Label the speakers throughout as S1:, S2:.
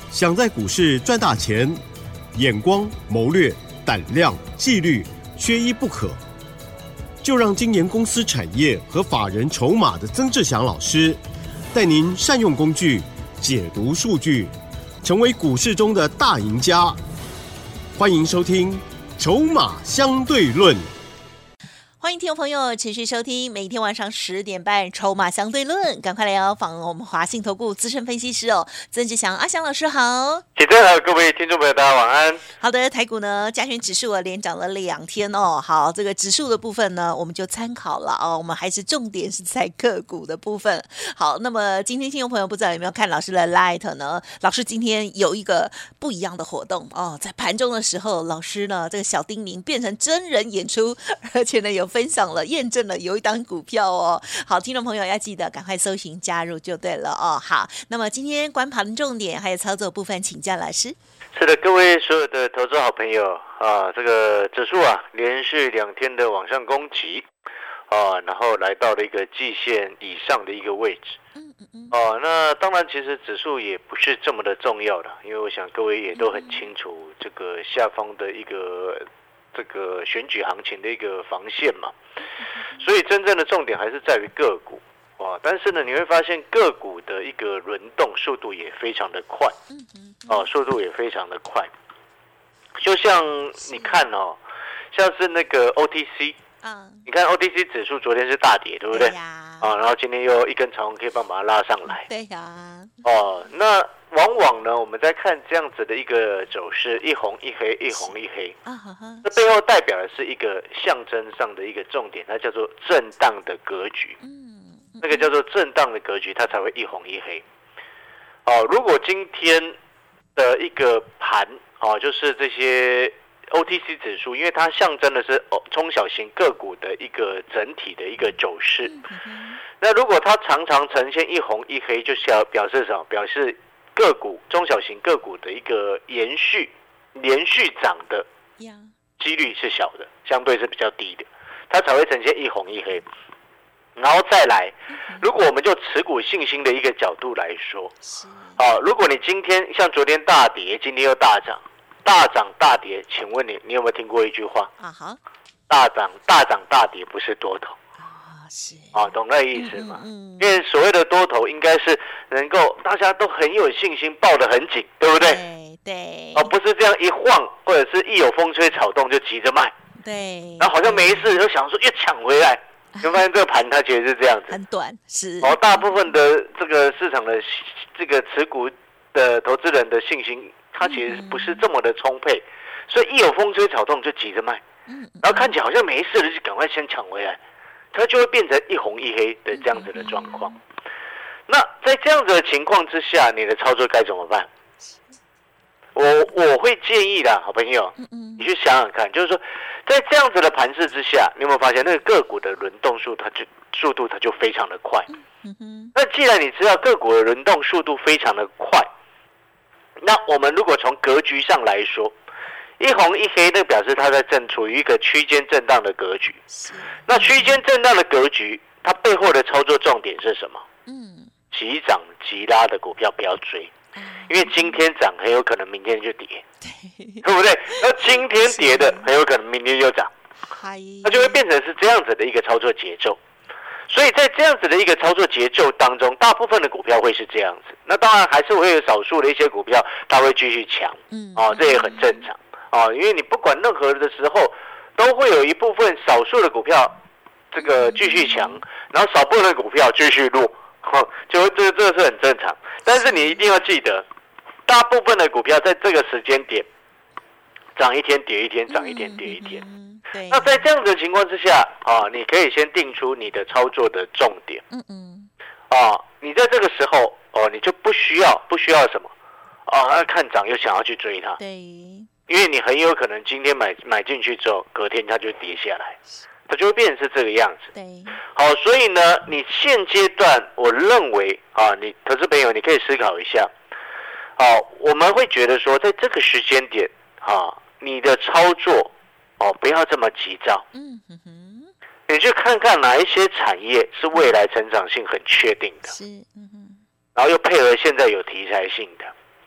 S1: 想在股市赚大钱，眼光、谋略、胆量、纪律，缺一不可。就让金研公司产业和法人筹码的曾志祥老师，带您善用工具，解读数据，成为股市中的大赢家。欢迎收听《筹码相对论》。
S2: 欢迎听众朋友持续收听每天晚上10点半《筹码相对论》，赶快来访我们华信投顾资深分析师曾志祥阿祥老师好。
S3: 请正好，各位听众朋友，大家晚安。
S2: 好的，台股呢，加权指数连涨了2天好，这个指数的部分呢，我们就参考了我们还是重点是在个股的部分。好，那么今天听众朋友不知道有没有看老师的 Light 呢？老师今天有一个不一样的活动在盘中的时候，老师呢这个小叮咛变成真人演出，而且呢有分享了验证了有一档股票好，听众朋友要记得赶快搜寻加入就对了好，那么今天观盘重点还有操作部分，请教老师。
S3: 是的，各位所有的投资好朋友这个指数连续2天的往上攻击然后来到了一个季线以上的一个位置。那当然其实指数也不是这么的重要的，因为我想各位也都很清楚这个下方的一个这个选举行情的一个防线嘛，所以真正的重点还是在于个股但是呢，你会发现个股的一个轮动速度也非常的快速度也非常的快，就像你看像是那个 OTC你看 OTC 指数昨天是大跌，对不对？然后今天又一根长红 K 棒把它拉上来。
S2: 对呀。
S3: 那往往呢，我们在看这样子的一个走势，一红一黑，一红一黑，这背后代表的是一个象征上的一个重点，它叫做震荡的格局。那个叫做震荡的格局，它才会一红一黑。如果今天的一个盘就是这些 OTC 指数，因为它象征的是中小型个股的一个整体的一个走势。那如果它常常呈现一红一黑，就是要表示什么？表示个股中小型个股的一个连续涨的几率是小的，相对是比较低的，它才会呈现一红一黑。然后再来，如果我们就持股信心的一个角度来说，如果你今天像昨天大跌，今天又大涨，大涨大跌，请问你有没有听过一句话？大涨大跌不是多头。懂那意思吗？因为所谓的多头应该是能够大家都很有信心，抱得很紧，对不对？
S2: 对。
S3: 不是这样一晃，或者是一有风吹草动就急着卖。
S2: 对。
S3: 然后好像没事，就想说又抢回来。你会发现这个盘它其实是这样子，
S2: 很短，是
S3: 大部分的这个市场的这个持股的投资人的信心，它其实不是这么的充沛，所以一有风吹草动就急着卖，然后看起来好像没事了，就赶快先抢回来，它就会变成一红一黑的这样子的状况。那在这样子的情况之下，你的操作该怎么办？我会建议的，好朋友，你去想想看，就是说，在这样子的盘势之下，你有没有发现那个个股的轮动速度它就非常的快？那既然你知道个股的轮动速度非常的快，那我们如果从格局上来说，一红一黑，那表示它在处于一个区间震荡的格局。那区间震荡的格局，它背后的操作重点是什么？急涨急拉的股票不要追。因为今天涨很有可能明天就跌，对不对？那今天跌的很有可能明天就涨，那就会变成是这样子的一个操作节奏。所以在这样子的一个操作节奏当中，大部分的股票会是这样子。那当然还是会有少数的一些股票它会继续强，这也很正常因为你不管任何的时候，都会有一部分少数的股票这个继续强，然后少部分的股票继续弱。就这是很正常，但是你一定要记得，大部分的股票在这个时间点涨一天跌一天，涨一天跌一天。那在这样的情况之下你可以先定出你的操作的重点。你在这个时候你就不需要什么看涨又想要去追它。
S2: 对，
S3: 因为你很有可能今天买进去之后，隔天它就跌下来。它就会变成是这个样子。
S2: 对，
S3: 好，所以呢，你现阶段我认为你投资朋友你可以思考一下，我们会觉得说，在这个时间点你的操作不要这么急躁。你去看看哪一些产业是未来成长性很确定的，然后又配合现在有题材性的，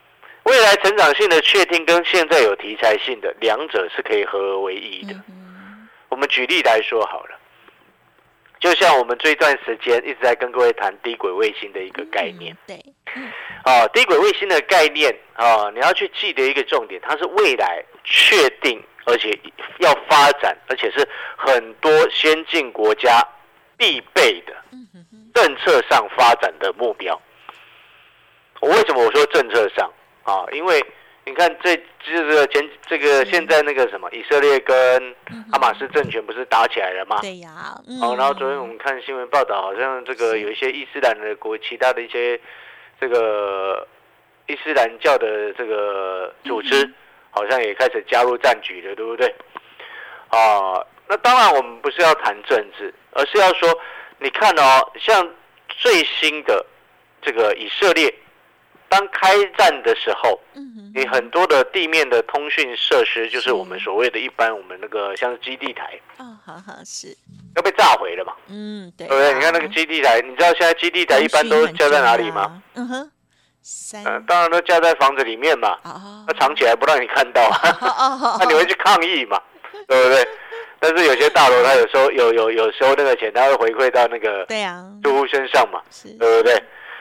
S3: 未来成长性的确定跟现在有题材性的两者是可以合而为一的。我们举例来说好了，就像我们这一段时间一直在跟各位谈低轨卫星的一个概念。
S2: 对，
S3: 低轨卫星的概念你要去记得一个重点，它是未来确定而且要发展，而且是很多先进国家必备的政策上发展的目标。我为什么我说政策上因为你看这个现在那个什么以色列跟哈马斯政权不是打起来了吗？
S2: 对呀，
S3: 然后昨天我们看新闻报道，好像这个有一些伊斯兰的其他的一些这个伊斯兰教的这个组织，好像也开始加入战局了，对不对？那当然我们不是要谈政治，而是要说，你看像最新的这个以色列。当开战的时候，你很多的地面的通讯设施，就是我们所谓的一般我们那个像是基地台，
S2: 是
S3: 要被炸毁了嘛？对不对？你看那个基地台，你知道现在基地台一般都架在哪里吗？当然都架在房子里面嘛，那藏起来不让你看到，那你会去抗议嘛？对不对？但是有些大楼它有时候有时候那个钱，它会回馈到那个住户身上嘛，对不对？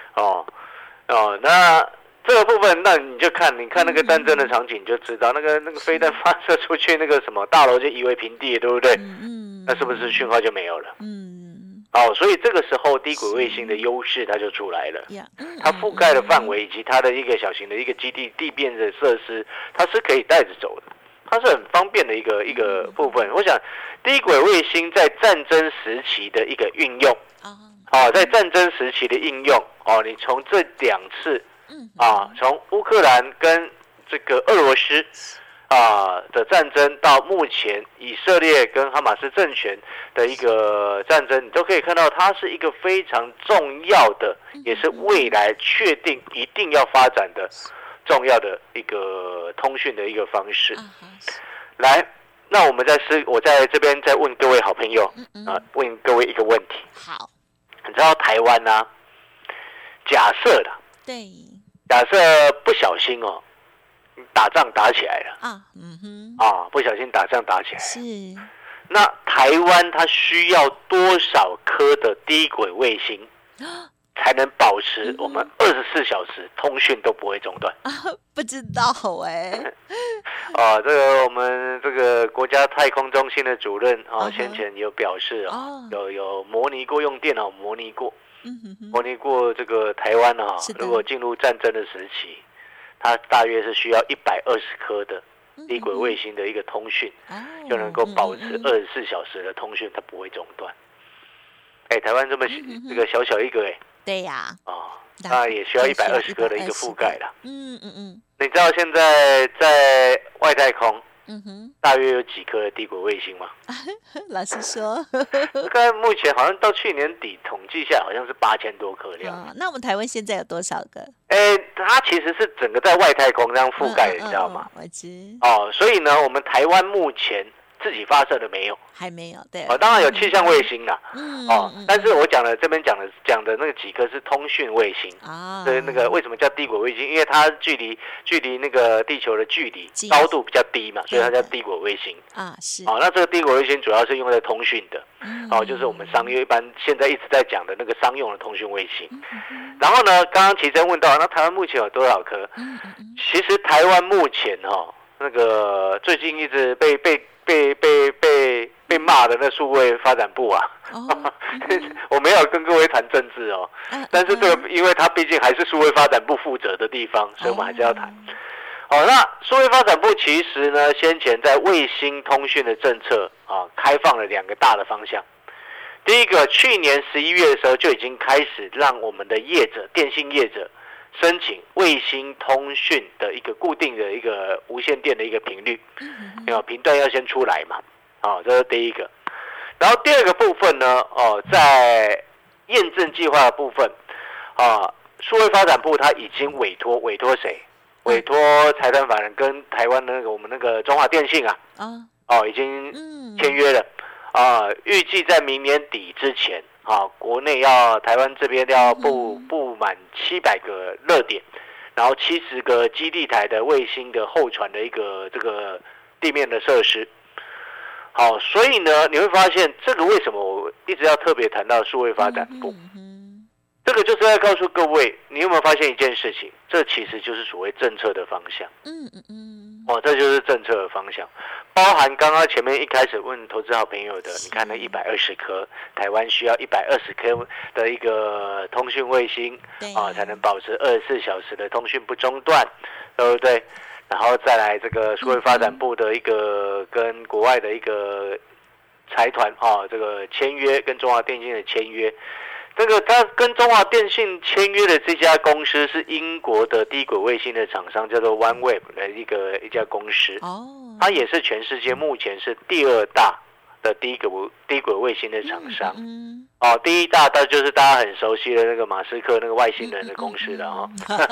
S3: 那这个部分，那你就看那个战争的场景，你就知道那个飞弹发射出去，那个什么大楼就夷为平地，对不对？那是不是讯号就没有了？所以这个时候低轨卫星的优势它就出来了，它覆盖的范围以及它的一个小型的一个基地地面的设施，它是可以带着走的，它是很方便的一个部分。我想低轨卫星在战争时期的一个运用。在战争时期的应用你从这两次从乌克兰跟这个俄罗斯的战争到目前以色列跟哈马斯政权的一个战争，你都可以看到它是一个非常重要的，也是未来确定一定要发展的重要的一个通讯的一个方式。来，那我在这边再问各位好朋友问各位一个问题。
S2: 好。
S3: 你知道台湾假设不小心打仗打起来了不小心打仗打起来了，
S2: 是。
S3: 那台湾它需要多少颗的低轨卫星才能保持我们24小时通讯都不会中断？
S2: 不知道
S3: 这个我们这个国家太空中心的主任先前有表示有模拟过，用电脑模拟过这个台湾如果进入战争的时期，它大约是需要120颗的低轨卫星的一个通讯，就能够保持24小时的通讯，它不会中断。台湾这么这个小小一个
S2: 对呀，
S3: 那也需要120颗的一个覆盖了。你知道现在在外太空，大约有几颗的低轨卫星吗？
S2: 老实说，
S3: 大概目前好像到去年底统计下，好像是8000多颗量。
S2: 那我们台湾现在有多少个？
S3: 它其实是整个在外太空这样覆盖的，你知道吗？
S2: 我知。
S3: 所以呢，我们台湾目前自己发射的没有，
S2: 还没有，对。
S3: 当然有气象卫星啦，但是我这边讲的那个几颗是通讯卫星对，那个为什么叫低轨卫星？因为它距离那个地球的距离高度比较低嘛，所以它叫低轨卫星
S2: 是。
S3: 那这个低轨卫星主要是用在通讯的，就是我们商业一般现在一直在讲的那个商用的通讯卫星。然后呢，刚刚奇珍问到，那台湾目前有多少颗？其实台湾目前那个最近一直被骂的那数位发展部我没有跟各位谈政治但是这个因为它毕竟还是数位发展部负责的地方，所以我们还是要谈。那数位发展部其实呢，先前在卫星通讯的政策开放了2个大的方向。第一个，去年11月的时候就已经开始让我们的电信业者申请卫星通讯的一个固定的一个无线电的一个频率，频段要先出来嘛，这是第一个。然后第二个部分呢，在验证计划的部分，数位发展部它已经委托谁？委托财团法人跟台湾的我们那个中华电信已经签约了，预计在明年底之前。国内台湾这边要布满700个热点， 然后70个基地台的卫星的后传的一个这个地面的设施。好，所以呢，你会发现这个为什么我一直要特别谈到数位发展部？这个就是要告诉各位，你有没有发现一件事情？这其实就是所谓政策的方向。这就是政策的方向，包含刚刚前面一开始问投资好朋友的，你看那120颗，台湾需要120颗的一个通讯卫星才能保持24小时的通讯不中断，对不对？然后再来这个数位发展部的一个跟国外的一个财团这个签约，跟中华电信的签约。这个他跟中华电信签约的这家公司是英国的低轨卫星的厂商，叫做 OneWeb 的一家公司。它也是全世界目前是第2大的低轨卫星的厂商。第一大就是大家很熟悉的那个马斯克那个外星人的公司了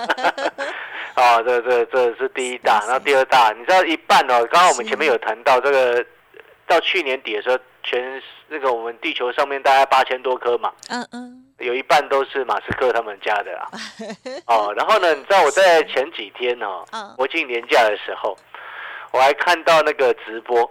S3: 这是第一大，然后第2大，你知道一半刚刚我们前面有谈到这个，到去年底的时候，全那个我们地球上面大概8000多颗嘛，有一半都是马斯克他们家的啦。然后呢，你知道我在前几天国庆年假的时候，我还看到那个直播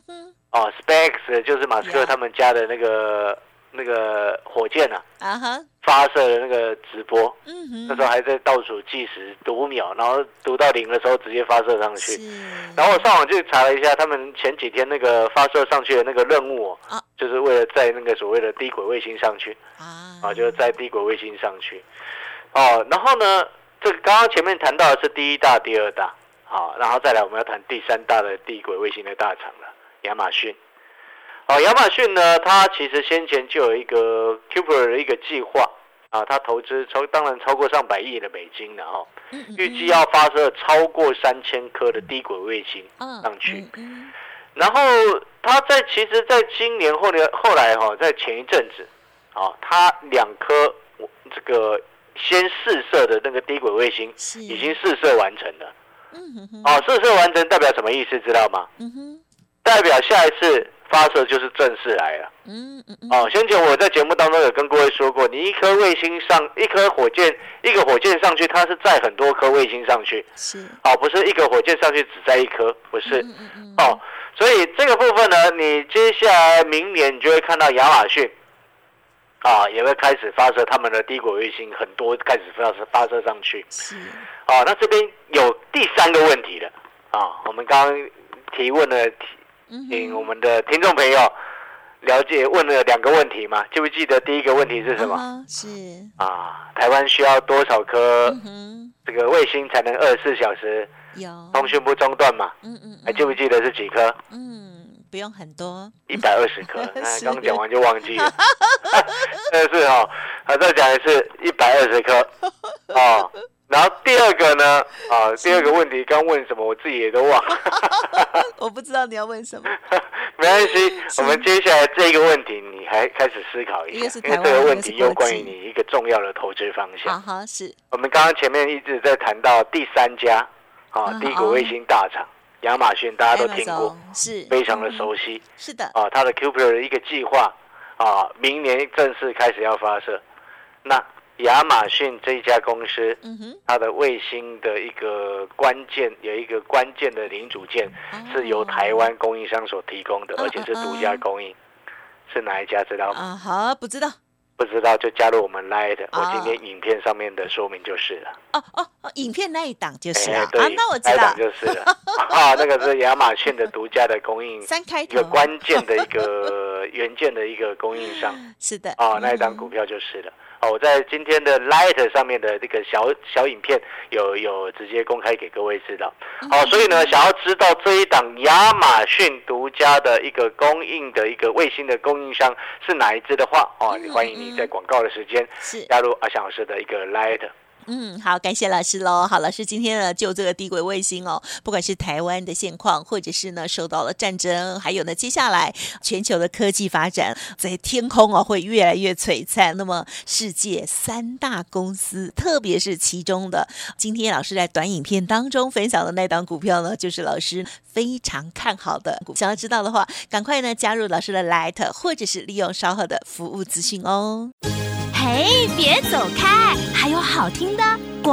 S3: ，SpaceX 就是马斯克他们家的那个火箭发射的那个直播，那时候还在倒数计时读秒，然后读到0的时候直接发射上去。然后我上网去查了一下，他们前几天那个发射上去的那个任务就是为了载那个所谓的低轨卫星上去就是载低轨卫星上去。然后呢，这个刚刚前面谈到的是第一大、第2大，然后再来我们要谈第3大的低轨卫星的大厂了，亚马逊。亚马逊呢，它其实先前就有一个 Kuiper 的一个计划它投资当然超过上百亿的美金了预计要发射超过3000颗的低轨卫星上去。然后它其实在今年后来在前一阵子它2颗这个先试射的那个低轨卫星已经试射完成了。试射完成代表什么意思知道吗？代表下一次发射就是正式来了。先前我在节目当中有跟各位说过，你一颗火箭上去，它是载很多颗卫星上去，不是一个火箭上去只载1颗，不是。所以这个部分呢，你接下来明年你就会看到亚马逊也会开始发射他们的低轨卫星，很多开始发射上去。那这边有第3个问题了我们刚刚提问了。请我们的听众朋友了解问了2个问题嘛？记不记得第一个问题是什么？台湾需要多少颗这个卫星才能24小时通讯不中断嘛？还记不记得是几颗？
S2: 不用很多
S3: ，120颗。刚讲完就忘记了。但是再讲一次，120颗。然后第2个呢？第2个问题刚问什么？我自己也都忘了。
S2: 我不知道你要问什么。
S3: 没关系，我们接下来这个问题你还开始思考一下，因为这个问题又关于你一个重要的投资方向。
S2: 是。我
S3: 们刚刚前面一直在谈到第3家低轨卫星大厂亚马逊，大家都听过，
S2: 是
S3: 非常的熟悉。
S2: 是的。
S3: 它的 Kuiper 的一个计划明年正式开始要发射。那亚马逊这一家公司，它的卫星的一个有一个关键的零组件是由台湾供应商所提供的，而且是独家供应，是哪一家知道吗？
S2: 不知道。
S3: 不知道就加入我们 Line，我今天影片上面的说明就是了。
S2: 影片那一档就是了。
S3: 那我知道。那一档就是了。那个是亚马逊的独家的供应
S2: ，3开头，
S3: 一个关键的一个元件的一个供应商。
S2: 是的。
S3: 那一档股票就是了。我在今天的 Light 上面的这个小影片有直接公开给各位知道。所以呢，想要知道这一档亚马逊独家的一个供应的一个卫星的供应商是哪一支的话，欢迎你在广告的时间加入阿翔老师的一个 Light。
S2: 好，感谢老师喽。好，老师今天呢就这个低轨卫星不管是台湾的现况，或者是呢受到了战争，还有呢接下来全球的科技发展，在天空会越来越璀璨。那么世界3大公司，特别是其中的今天老师在短影片当中分享的那档股票呢，就是老师非常看好的股。想要知道的话，赶快呢加入老师的 Light， 或者是利用稍后的服务资讯哦。
S4: 嘿，别走开，还有好听的广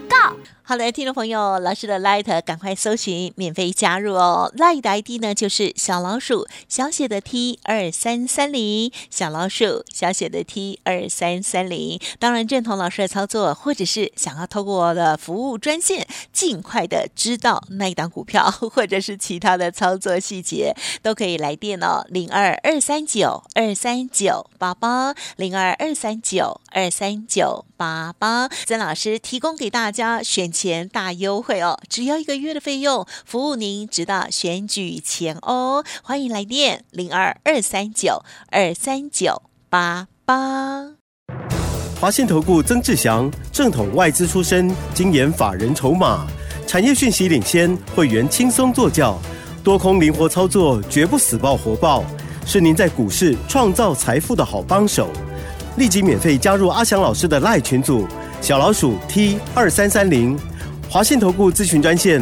S4: 告。
S2: 好的，听众朋友，老师的 Light 赶快搜寻免费加入哦。Light 的 ID 呢就是小老鼠小写的 T2330，小老鼠小写的 T2330。当然认同老师的操作，或者是想要透过我的服务专线尽快的知道那一档股票，或者是其他的操作细节，都可以来电哦，02-239-23988，02-239-23988。曾老师提供给大家选前大优惠哦，只要1个月的费用，服务您直到选举前哦。欢迎来电02-239-23988。
S1: 华信投顾曾志祥，正统外资出身，精研法人筹码，产业讯息领先，会员轻松做教，多空灵活操作，绝不死抱活抱，是您在股市创造财富的好帮手。立即免费加入阿翔老师的 LINE 群组，小老鼠 T2330，华信投顾咨询专线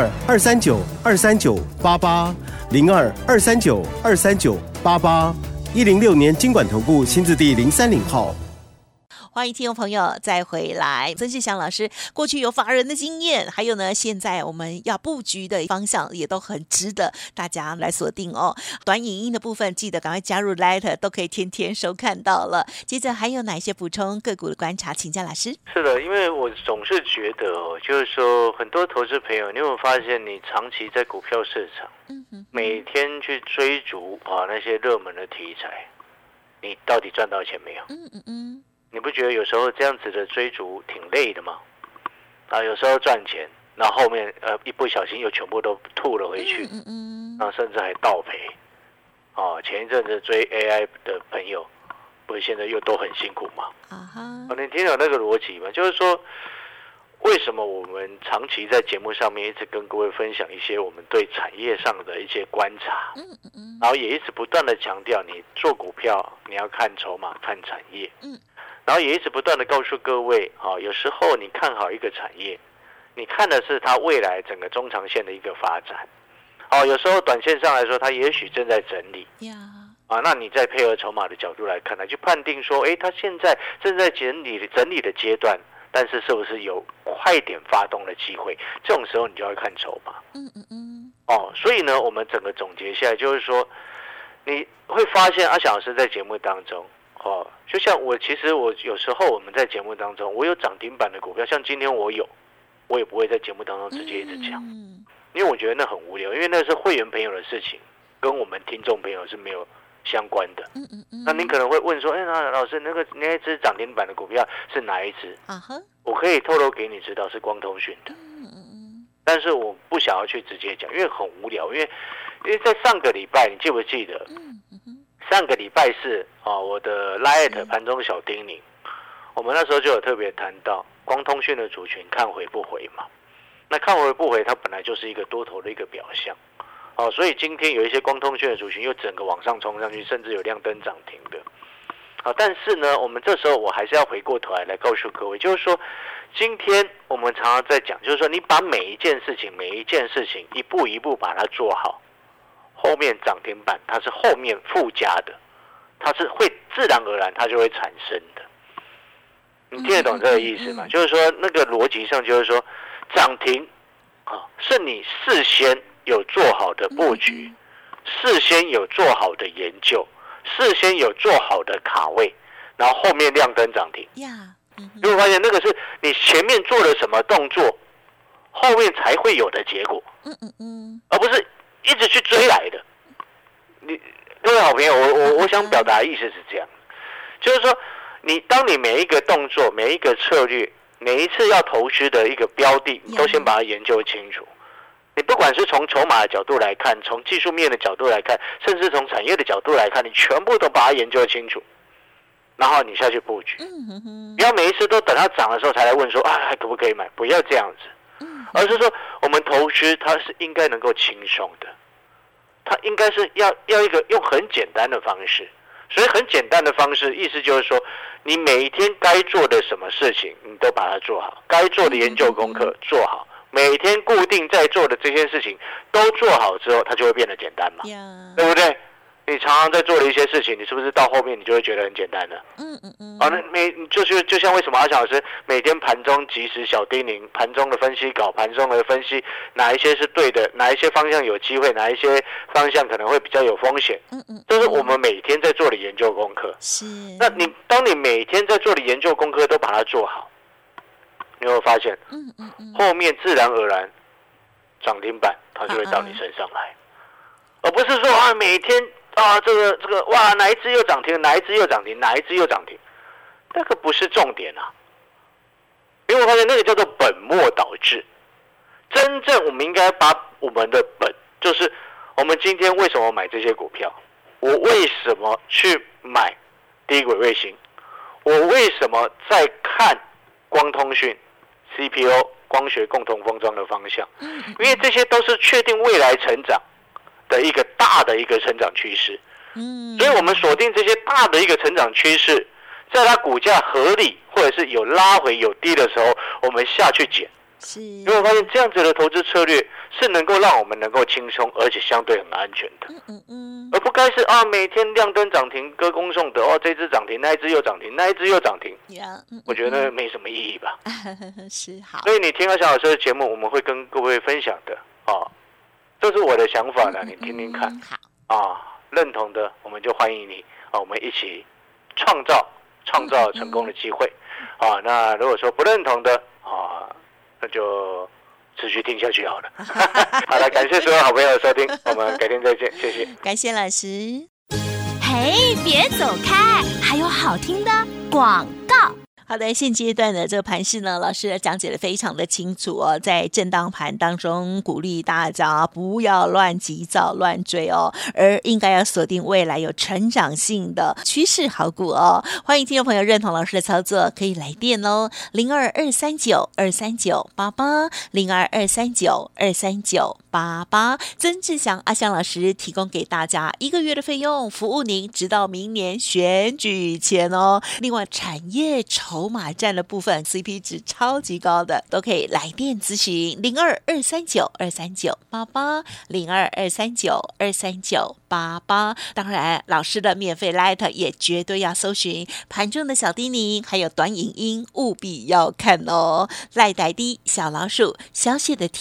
S1: 02-239-23988，02-239-23988，106年金管投顾新字第030号。
S2: 欢迎听众朋友再回来，曾志祥老师过去有法人的经验，还有呢，现在我们要布局的方向也都很值得大家来锁定哦。短影音的部分记得赶快加入 Light， 都可以天天收看到了。接着还有哪些补充个股的观察，请教老师。
S3: 是的，因为我总是觉得就是说很多投资朋友，你有没有发现你长期在股票市场，每天去追逐那些热门的题材，你到底赚到钱没有？你不觉得有时候这样子的追逐挺累的吗？有时候赚钱，然后后面一不小心又全部都吐了回去，甚至还倒赔。前一阵子追 AI 的朋友，不是现在又都很辛苦吗？你听懂那个逻辑吗？就是说，为什么我们长期在节目上面一直跟各位分享一些我们对产业上的一些观察，然后也一直不断的强调，你做股票你要看筹码、看产业。然后也一直不断的告诉各位，有时候你看好一个产业，你看的是它未来整个中长线的一个发展。有时候短线上来说，它也许正在整理。那你在配合筹码的角度来看，来去判定说，它现在正在整理的阶段，但是是不是有快点发动的机会？这种时候你就要看筹码。所以呢，我们整个总结下来就是说，你会发现阿翔老师在节目当中。就像其实我有时候我们在节目当中，我有涨停板的股票，像今天我也不会在节目当中直接一直讲，因为我觉得那很无聊，因为那是会员朋友的事情，跟我们听众朋友是没有相关的。那您可能会问说，那老师那一只涨停板的股票是哪一只？我可以透露给你知道是光通讯的，但是我不想要去直接讲，因为很无聊，因为在上个礼拜，你记不记得？上个礼拜四我的 Light 盘中小叮咛，我们那时候就有特别谈到光通讯的族群看回不回嘛。那看回不回，它本来就是一个多头的一个表象，所以今天有一些光通讯的族群又整个往上冲上去，甚至有亮灯涨停的。但是呢，我们这时候我还是要回过头来告诉各位，就是说，今天我们常常在讲，就是说你把每一件事情一步一步把它做好。后面涨停板它是后面附加的，它是会自然而然它就会产生的。你听得懂这个意思吗？就是说那个逻辑上就是说，涨停是你事先有做好的布局，事先有做好的研究，事先有做好的卡位，然后后面亮灯涨停。你会发现那个是你前面做了什么动作，后面才会有的结果，而不是一直去追来的。各位好朋友，我想表达的意思是这样，就是说，当你每一个动作、每一个策略、每一次要投资的一个标的，你都先把它研究清楚。你不管是从筹码的角度来看，从技术面的角度来看，甚至从产业的角度来看，你全部都把它研究清楚，然后你下去布局。不要每一次都等它涨的时候才来问说还可不可以买，不要这样子。而是说，我们投资它是应该能够轻松的，它应该是要一个用很简单的方式。所以很简单的方式，意思就是说，你每一天该做的什么事情，你都把它做好；该做的研究功课做好，每天固定在做的这些事情都做好之后，它就会变得简单嘛，对不对？ 你常常在做的一些事情，你是不是到后面你就会觉得很简单了？那就像为什么阿翔老师每天盘中即时小叮咛，盘中的分析稿，盘中的分析哪一些是对的，哪一些方向有机会，哪一些方向可能会比较有风险，这是我们每天在做的研究功课。
S2: 是。
S3: 那当你每天在做的研究功课都把它做好，你会发现，后面自然而然涨停板它就会到你身上来，而不是说每天这个哇哪一只又涨停，哪一只又涨停，哪一只又涨停，那个不是重点啊。因为我发现那个叫做本末倒置。真正我们应该把我们的本，就是我们今天为什么买这些股票，我为什么去买低轨卫星，我为什么在看光通讯 CPO 光学共同封装的方向，因为这些都是确定未来成长的一个大的一个成长趋势，所以我们锁定这些大的一个成长趋势，在它股价合理或者是有拉回有低的时候，我们下去捡。因为我发现这样子的投资策略是能够让我们能够轻松，而且相对很安全的，而不该是每天亮灯涨停歌功颂德，这只涨停，那一只又涨停，那一只又涨停，我觉得那没什么意义吧。
S2: 是好。
S3: 所以你听阿翔老师的节目，我们会跟各位分享的这是我的想法呢，你听听看。认同的我们就欢迎你我们一起创造成功的机会那如果说不认同的那就持续听下去好了。好了，感谢所有好朋友的收听，我们改天再见，谢谢。
S2: 感谢老师。
S4: 嘿，别走开，还有好听的广告。
S2: 好的，现阶段的这个盘势呢，老师讲解的非常的清楚在震荡盘当中，鼓励大家不要乱急躁乱追而应该要锁定未来有成长性的趋势好股欢迎听众朋友认同老师的操作，可以来电02-239-23988 02-239-23988。曾志祥阿翔老师提供给大家1个月的费用，服务您直到明年选举前另外产业筹码战的部分 CP 值超级高的，都可以来电咨询02-239-23988 02-239-23988。当然老师的免费 Light 也绝对要搜寻盘中的小叮咛，还有短影音务必要看Light ID 小老鼠小写的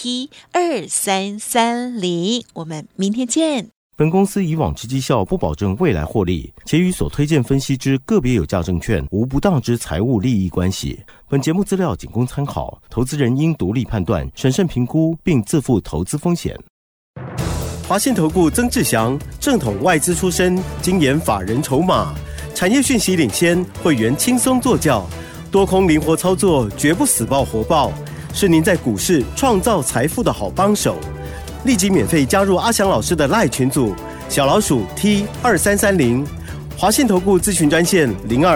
S2: T2330。我们明天见。
S1: 本公司以往之绩效不保证未来获利，且与所推荐分析之个别有价证券无不当之财务利益关系。本节目资料仅供参考，投资人应独立判断、审慎评估，并自负投资风险。华信投顾曾志祥，正统外资出身，精研法人筹码，产业讯息领先，会员轻松做教，多空灵活操作，绝不死抱活抱，是您在股市创造财富的好帮手。立即免费加入阿翔老师的 LINE 群组，小老鼠 T2330，华信投顾咨询专线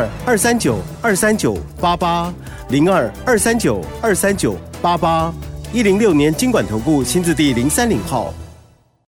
S1: 02-239-23988 02-239-23988，106年金管投顾新字第030号。